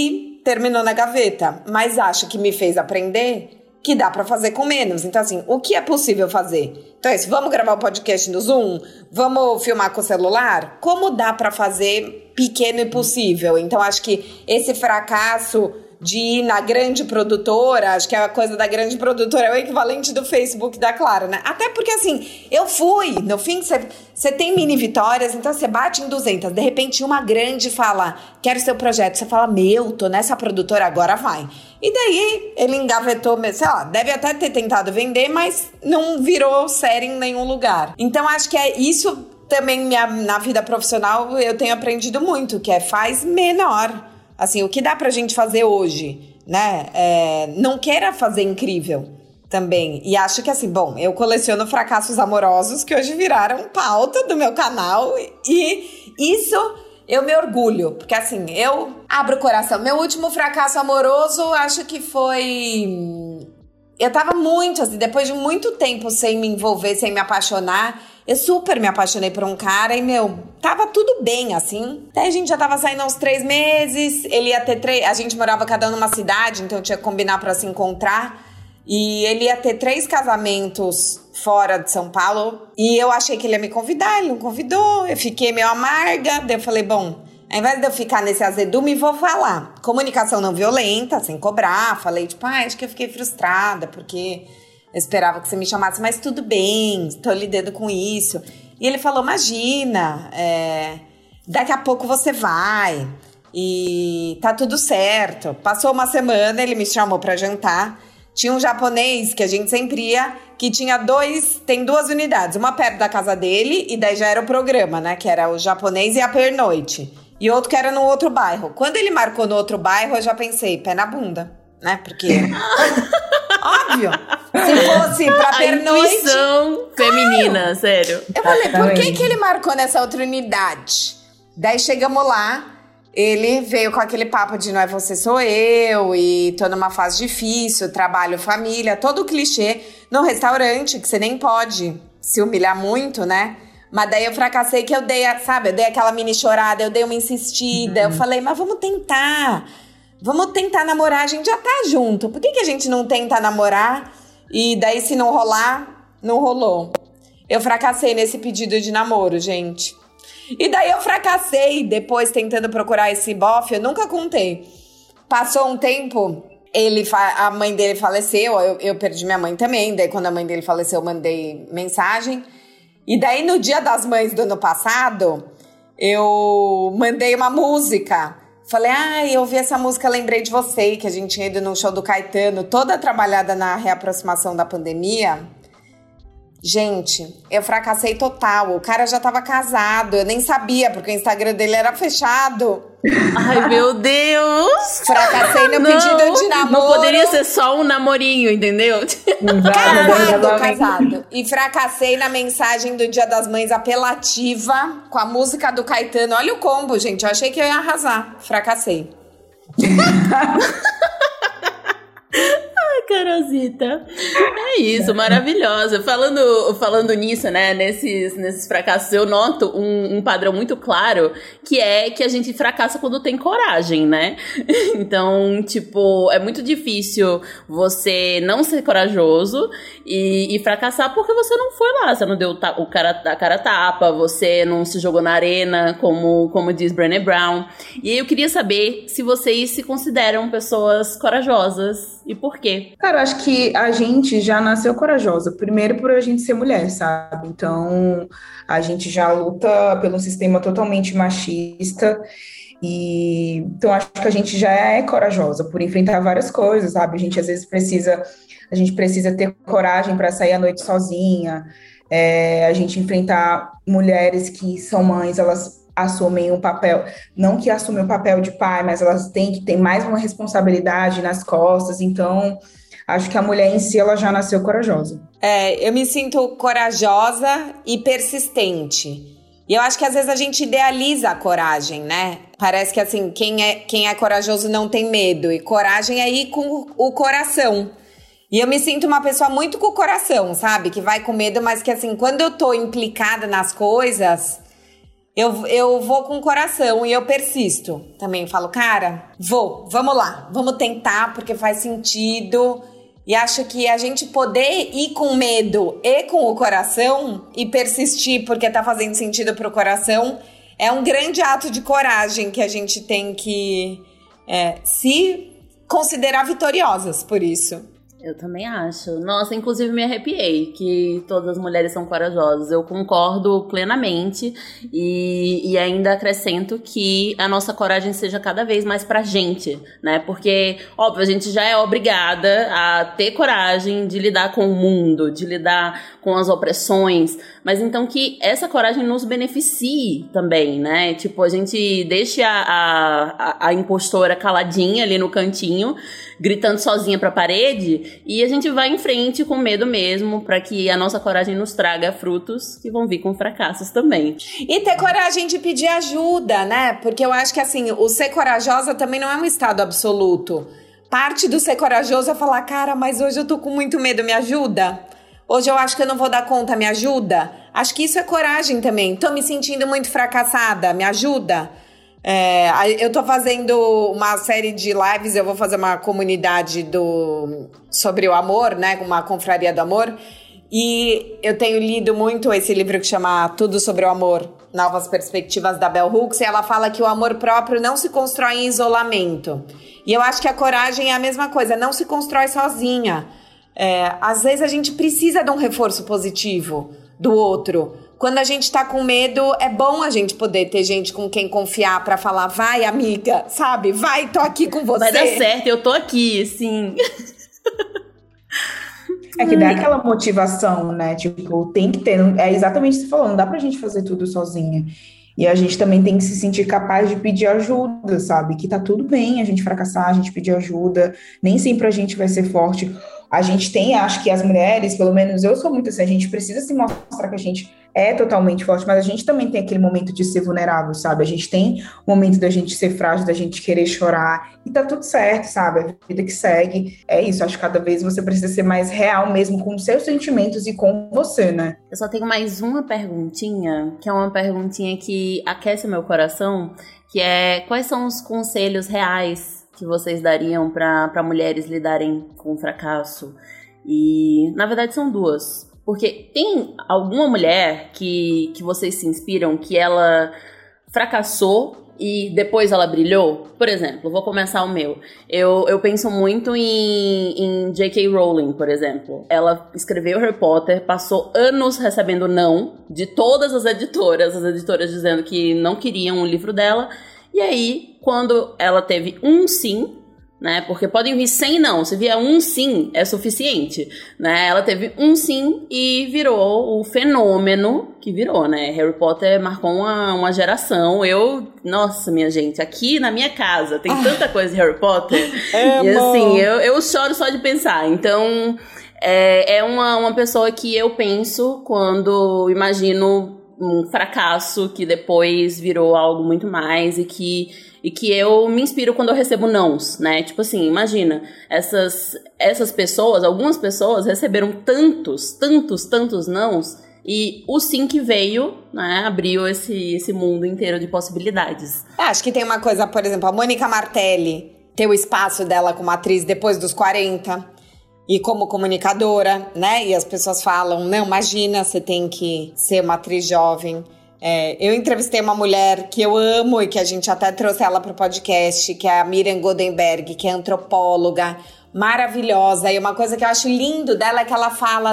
e terminou na gaveta. Mas acho que me fez aprender que dá pra fazer com menos. Então, assim, o que é possível fazer? Então, vamos gravar o podcast no Zoom? Vamos filmar com o celular? Como dá pra fazer pequeno e possível? Então, acho que esse fracasso de ir na grande produtora, acho que a coisa da grande produtora é o equivalente do Facebook da Clara, né? Até porque, assim, eu fui, no fim, você tem mini vitórias, então você bate em 200, de repente uma grande fala, quero seu projeto, você fala, tô nessa produtora, agora vai. E daí ele engavetou, sei lá, deve até ter tentado vender, mas não virou série em nenhum lugar. Então acho que é isso também na vida profissional eu tenho aprendido muito, que é faz menor. Assim, o que dá pra gente fazer hoje, né? Não queira fazer incrível também. E acho que assim, bom, eu coleciono fracassos amorosos que hoje viraram pauta do meu canal. E isso eu me orgulho. Porque assim, eu abro o coração. Meu último fracasso amoroso, acho que foi... Eu tava muito, assim, depois de muito tempo sem me envolver, sem me apaixonar... Eu super me apaixonei por um cara e, tava tudo bem, assim. Até a gente já tava saindo há uns 3 meses, ele ia ter 3... A gente morava cada um numa cidade, então tinha que combinar pra se encontrar. E ele ia ter 3 casamentos fora de São Paulo. E eu achei que ele ia me convidar, ele não convidou. Eu fiquei meio amarga, daí eu falei, bom... Ao invés de eu ficar nesse azedume, vou falar. Comunicação não violenta, sem cobrar. Falei, acho que eu fiquei frustrada, porque... Eu esperava que você me chamasse, mas tudo bem, tô lidando com isso. E ele falou, imagina, daqui a pouco você vai e tá tudo certo. Passou uma semana, ele me chamou pra jantar. Tinha um japonês que a gente sempre ia, que tem 2 unidades. Uma perto da casa dele, e daí já era o programa, né? Que era o japonês e a pernoite. E outro que era no outro bairro. Quando ele marcou no outro bairro, eu já pensei, pé na bunda, né? Porque... Óbvio. Se fosse pra pernoite... Intuição feminina, sério. Eu falei, por que ele marcou nessa outra unidade? Daí chegamos lá, ele veio com aquele papo de não é você, sou eu, e tô numa fase difícil, trabalho, família, todo o clichê no restaurante, que você nem pode se humilhar muito, né? Mas daí eu fracassei que eu dei aquela mini chorada, eu dei uma insistida, eu falei, mas vamos tentar namorar, a gente já tá junto, por que a gente não tenta namorar? E daí se não rolar, não rolou. Eu fracassei nesse pedido de namoro, gente. E daí eu fracassei depois tentando procurar esse bofe, eu nunca contei. Passou um tempo, a mãe dele faleceu, eu perdi minha mãe também, daí quando a mãe dele faleceu eu mandei mensagem. E daí no Dia das Mães do ano passado, eu mandei uma música. Falei, eu ouvi essa música, lembrei de você, que a gente tinha ido no show do Caetano, toda trabalhada na reaproximação da pandemia. Gente, eu fracassei total. O cara já tava casado, eu nem sabia, porque o Instagram dele era fechado. Ai, meu Deus! Fracassei no pedido de namoro. Não poderia ser só um namorinho, entendeu? Casado. E fracassei na mensagem do Dia das Mães apelativa, com a música do Caetano. Olha o combo, gente. Eu achei que eu ia arrasar. Fracassei. Carozita. É isso, maravilhosa. Falando nisso, né, nesses fracassos, eu noto um padrão muito claro, que é que a gente fracassa quando tem coragem, né? Então, tipo, é muito difícil você não ser corajoso e fracassar porque você não foi lá, você não deu a cara tapa, você não se jogou na arena, como diz Brené Brown. E aí eu queria saber se vocês se consideram pessoas corajosas e por quê? Cara, eu acho que a gente já nasceu corajosa. Primeiro por a gente ser mulher, sabe? Então, a gente já luta pelo sistema totalmente machista. Então, acho que a gente já é corajosa por enfrentar várias coisas, sabe? A gente, às vezes, precisa ter coragem para sair à noite sozinha. A gente enfrentar mulheres que são mães, elas assumem um papel, não que assumem o papel de pai, mas elas têm que ter mais uma responsabilidade nas costas. Então, acho que a mulher em si, ela já nasceu corajosa. Eu me sinto corajosa e persistente. E eu acho que às vezes a gente idealiza a coragem, né? Parece que assim, quem é corajoso não tem medo. E coragem é ir com o coração. E eu me sinto uma pessoa muito com o coração, sabe? Que vai com medo, mas que assim, quando eu tô implicada nas coisas, eu vou com o coração e eu persisto. Também falo, cara, vamos lá, vamos tentar porque faz sentido. E acho que a gente poder ir com medo e com o coração e persistir porque tá fazendo sentido pro coração é um grande ato de coragem que a gente tem que se considerar vitoriosas por isso. Eu também acho. Nossa, inclusive me arrepiei que todas as mulheres são corajosas. Eu concordo plenamente e ainda acrescento que a nossa coragem seja cada vez mais pra gente, né? Porque, óbvio, a gente já é obrigada a ter coragem de lidar com o mundo, de lidar com as opressões, mas então que essa coragem nos beneficie também, né? Tipo, a gente deixe a impostora caladinha ali no cantinho, gritando sozinha pra parede, e a gente vai em frente com medo mesmo, pra que a nossa coragem nos traga frutos que vão vir com fracassos também. E ter coragem de pedir ajuda, né? Porque eu acho que assim, o ser corajosa também não é um estado absoluto. Parte do ser corajoso é falar, cara, mas hoje eu tô com muito medo, me ajuda? Hoje eu acho que eu não vou dar conta, me ajuda? Acho que isso é coragem também. Tô me sentindo muito fracassada, me ajuda? Eu tô fazendo uma série de lives, eu vou fazer uma comunidade sobre o amor, né? Uma confraria do amor. E eu tenho lido muito esse livro que chama Tudo sobre o Amor, Novas Perspectivas, da Bell Hooks, e ela fala que o amor próprio não se constrói em isolamento. E eu acho que a coragem é a mesma coisa, não se constrói sozinha. Às vezes a gente precisa de um reforço positivo do outro. Quando a gente tá com medo, é bom a gente poder ter gente com quem confiar pra falar, vai, amiga, sabe? Vai, tô aqui com você. Vai dar certo, eu tô aqui, sim. É que dá aquela motivação, né? Tipo, tem que ter. É exatamente o que você falou, não dá pra gente fazer tudo sozinha. E a gente também tem que se sentir capaz de pedir ajuda, sabe? Que tá tudo bem a gente fracassar, a gente pedir ajuda. Nem sempre a gente vai ser forte. A gente tem, acho que as mulheres, pelo menos eu sou muito assim, a gente precisa se mostrar que a gente é totalmente forte, mas a gente também tem aquele momento de ser vulnerável, sabe? A gente tem o momento da gente ser frágil, da gente querer chorar, e tá tudo certo, sabe? A vida que segue, é isso, acho que cada vez você precisa ser mais real mesmo com os seus sentimentos e com você, né? Eu só tenho mais uma perguntinha, que é uma perguntinha que aquece meu coração, que é: quais são os conselhos reais que vocês dariam para mulheres lidarem com o fracasso? E, na verdade, são duas. Porque tem alguma mulher que vocês se inspiram, que ela fracassou e depois ela brilhou? Por exemplo, vou começar o meu. Eu penso muito em J.K. Rowling, por exemplo. Ela escreveu Harry Potter, passou anos recebendo não de todas as editoras dizendo que não queriam o livro dela. E aí, quando ela teve um sim, né? Porque podem vir 100 não, se vier um sim, é suficiente, né? Ela teve um sim e virou o fenômeno que virou, né? Harry Potter marcou uma geração. Nossa, minha gente, aqui na minha casa tem tanta coisa de Harry Potter. E assim, eu choro só de pensar. Então, é uma pessoa que eu penso quando imagino um fracasso que depois virou algo muito mais e que eu me inspiro quando eu recebo nãos, né? Tipo assim, imagina, essas pessoas, algumas pessoas receberam tantos nãos e o sim que veio, né, abriu esse mundo inteiro de possibilidades. Acho que tem uma coisa, por exemplo, a Mônica Martelli ter o espaço dela como atriz depois dos 40 e como comunicadora, né? E as pessoas falam, não, imagina, você tem que ser uma atriz jovem. Eu entrevistei uma mulher que eu amo e que a gente até trouxe ela para o podcast, que é a Miriam Goldenberg, que é antropóloga, maravilhosa. E uma coisa que eu acho lindo dela é que ela fala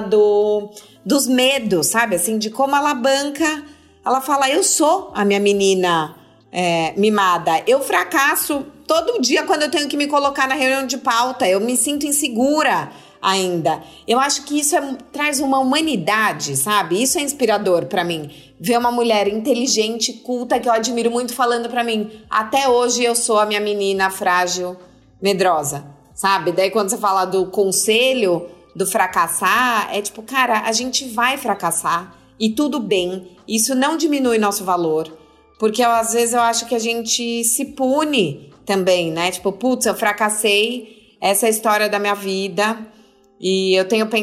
dos medos, sabe? Assim, de como ela banca. Ela fala, eu sou a minha menina mimada. Eu fracasso todo dia quando eu tenho que me colocar na reunião de pauta. Eu me sinto insegura ainda. Eu acho que isso traz uma humanidade, sabe? Isso é inspirador pra mim. Ver uma mulher inteligente, culta, que eu admiro muito, falando pra mim, até hoje eu sou a minha menina frágil, medrosa, sabe? Daí quando você fala do conselho, do fracassar, é tipo, cara, a gente vai fracassar e tudo bem. Isso não diminui nosso valor, porque às vezes eu acho que a gente se pune também, né? Tipo, putz, eu fracassei, essa é a história da minha vida. E eu tenho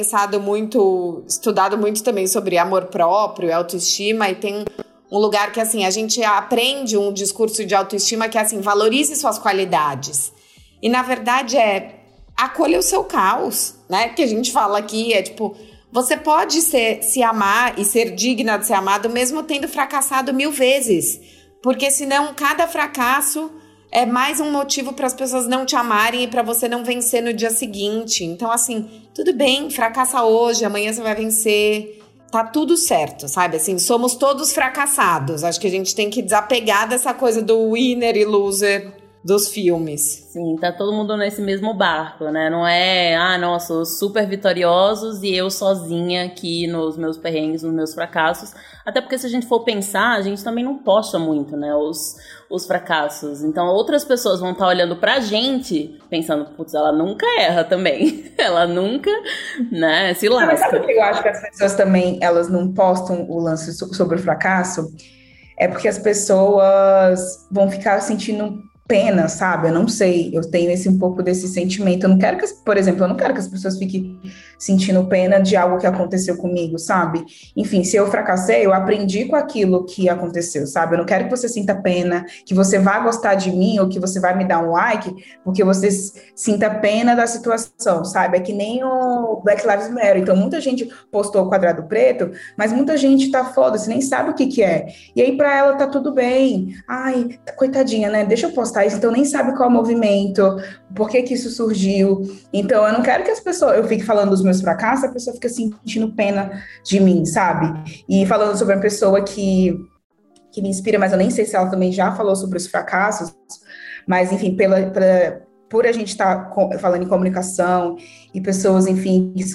estudado muito também sobre amor próprio e autoestima, e tem um lugar que, assim, a gente aprende um discurso de autoestima que é assim, valorize suas qualidades. E, na verdade, acolha o seu caos, né? Que a gente fala aqui, tipo, você pode se amar e ser digna de ser amado mesmo tendo fracassado 1000 vezes. Porque senão, cada fracasso é mais um motivo para as pessoas não te amarem e para você não vencer no dia seguinte. Então, assim, tudo bem, fracassa hoje, amanhã você vai vencer. Tá tudo certo, sabe? Assim, somos todos fracassados. Acho que a gente tem que desapegar dessa coisa do winner e loser dos filmes. Sim, tá todo mundo nesse mesmo barco, né? Não é, nossa, os super vitoriosos e eu sozinha aqui nos meus perrengues, nos meus fracassos. Até porque se a gente for pensar, a gente também não posta muito, né? Os fracassos. Então outras pessoas vão estar olhando pra gente, pensando, putz, ela nunca erra também. Ela nunca, né, se lasca. Mas sabe o que eu acho que as pessoas também, elas não postam o lance sobre o fracasso? É porque as pessoas vão ficar sentindo pena, sabe? Eu não sei, eu tenho um pouco desse sentimento. Eu não quero por exemplo, eu não quero que as pessoas fiquem sentindo pena de algo que aconteceu comigo, sabe? Enfim, se eu fracassei, eu aprendi com aquilo que aconteceu, sabe? Eu não quero que você sinta pena, que você vá gostar de mim ou que você vai me dar um like, porque você sinta pena da situação, sabe? É que nem o Black Lives Matter. Então, muita gente postou o quadrado preto, mas muita gente tá foda-se, nem sabe o que é. E aí, pra ela, tá tudo bem. Ai, coitadinha, né? Deixa eu postar isso, então nem sabe qual é o movimento, por que isso surgiu. Então, eu não quero que eu fique falando dos meus fracassos, a pessoa fica sentindo pena de mim, sabe? E falando sobre uma pessoa que me inspira, mas eu nem sei se ela também já falou sobre os fracassos, mas, enfim, por a gente estar falando em comunicação e pessoas, enfim, que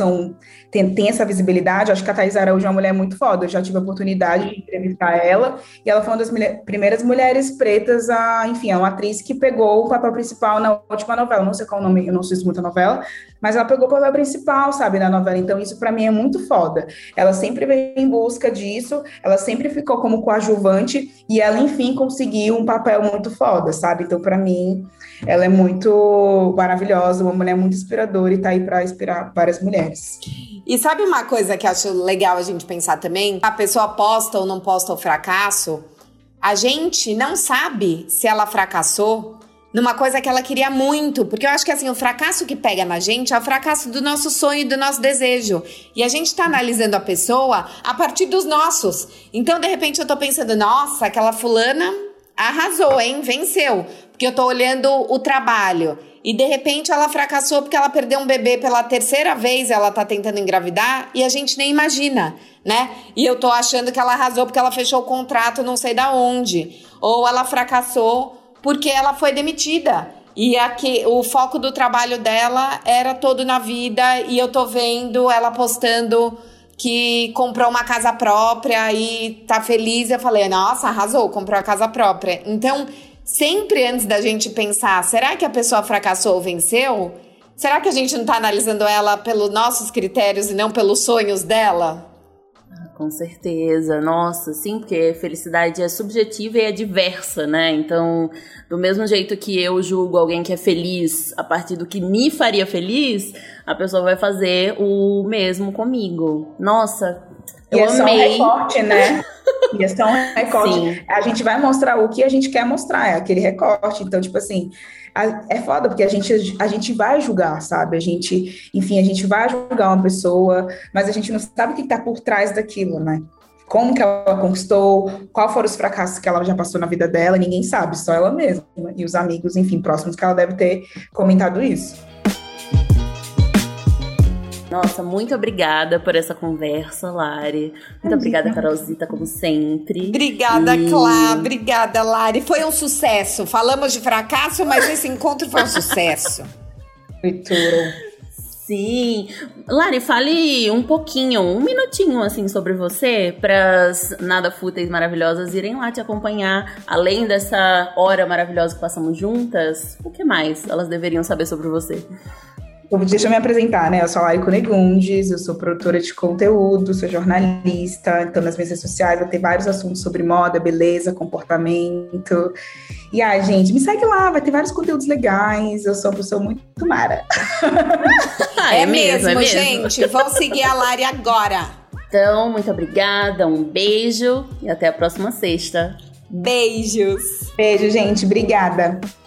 tem essa visibilidade. Eu acho que a Thaís Araújo é uma mulher muito foda. Eu já tive a oportunidade de entrevistar ela, e ela foi uma das primeiras mulheres pretas enfim, é uma atriz que pegou o papel principal na última novela. Não sei qual o nome, eu não assisto muita novela, mas ela pegou o papel principal, sabe, na novela. Então, isso pra mim é muito foda. Ela sempre veio em busca disso, ela sempre ficou como coadjuvante, e ela, enfim, conseguiu um papel muito foda, sabe? Então, pra mim, ela é muito maravilhosa, uma mulher muito inspiradora e tá aí pra inspirar várias mulheres. E sabe uma coisa que eu acho legal a gente pensar também? A pessoa posta ou não posta o fracasso, a gente não sabe se ela fracassou numa coisa que ela queria muito, porque eu acho que assim, o fracasso que pega na gente é o fracasso do nosso sonho e do nosso desejo, e a gente tá analisando a pessoa a partir dos nossos. Então, de repente, eu tô pensando, nossa, aquela fulana arrasou, hein, venceu, porque eu tô olhando o trabalho, e de repente ela fracassou porque ela perdeu um bebê pela terceira vez, ela tá tentando engravidar, e a gente nem imagina, né? E eu tô achando que ela arrasou porque ela fechou o contrato não sei da onde, ou ela fracassou porque ela foi demitida. E aqui, o foco do trabalho dela era todo na vida, e eu tô vendo ela postando que comprou uma casa própria e tá feliz. Eu falei, nossa, arrasou, comprou a casa própria. Então, sempre antes da gente pensar, será que a pessoa fracassou ou venceu? Será que a gente não tá analisando ela pelos nossos critérios e não pelos sonhos dela? Com certeza, nossa, sim, porque felicidade é subjetiva e é diversa, né? Então, do mesmo jeito que eu julgo alguém que é feliz a partir do que me faria feliz, a pessoa vai fazer o mesmo comigo. Nossa, eu amei. E é só um recorte, né? E é só um recorte. Sim. A gente vai mostrar o que a gente quer mostrar, é aquele recorte. Então, tipo assim, é foda, porque a gente vai julgar, sabe? A gente vai julgar uma pessoa, mas a gente não sabe o que tá por trás daquilo, né? Como que ela conquistou, qual foram os fracassos que ela já passou na vida dela, ninguém sabe, só ela mesma. E os amigos, enfim, próximos, que ela deve ter comentado isso. Nossa, muito obrigada por essa conversa, Lari. Muito obrigada, Carolzita, como sempre. Obrigada, Clá. Obrigada, Lari. Foi um sucesso. Falamos de fracasso, mas esse encontro foi um sucesso. Sim. Lari, fale um pouquinho, um minutinho, assim, sobre você, para as nada fúteis maravilhosas irem lá te acompanhar. Além dessa hora maravilhosa que passamos juntas, o que mais elas deveriam saber sobre você? Deixa eu me apresentar, né? Eu sou a Lari Cunegundes, eu sou produtora de conteúdo, sou jornalista, então nas minhas redes sociais vai ter vários assuntos sobre moda, beleza, comportamento. E gente, me segue lá, vai ter vários conteúdos legais, eu sou uma pessoa muito mara. É mesmo, gente, vão seguir a Lari agora. Então, muito obrigada, um beijo e até a próxima sexta. Beijos. Beijo, gente, obrigada.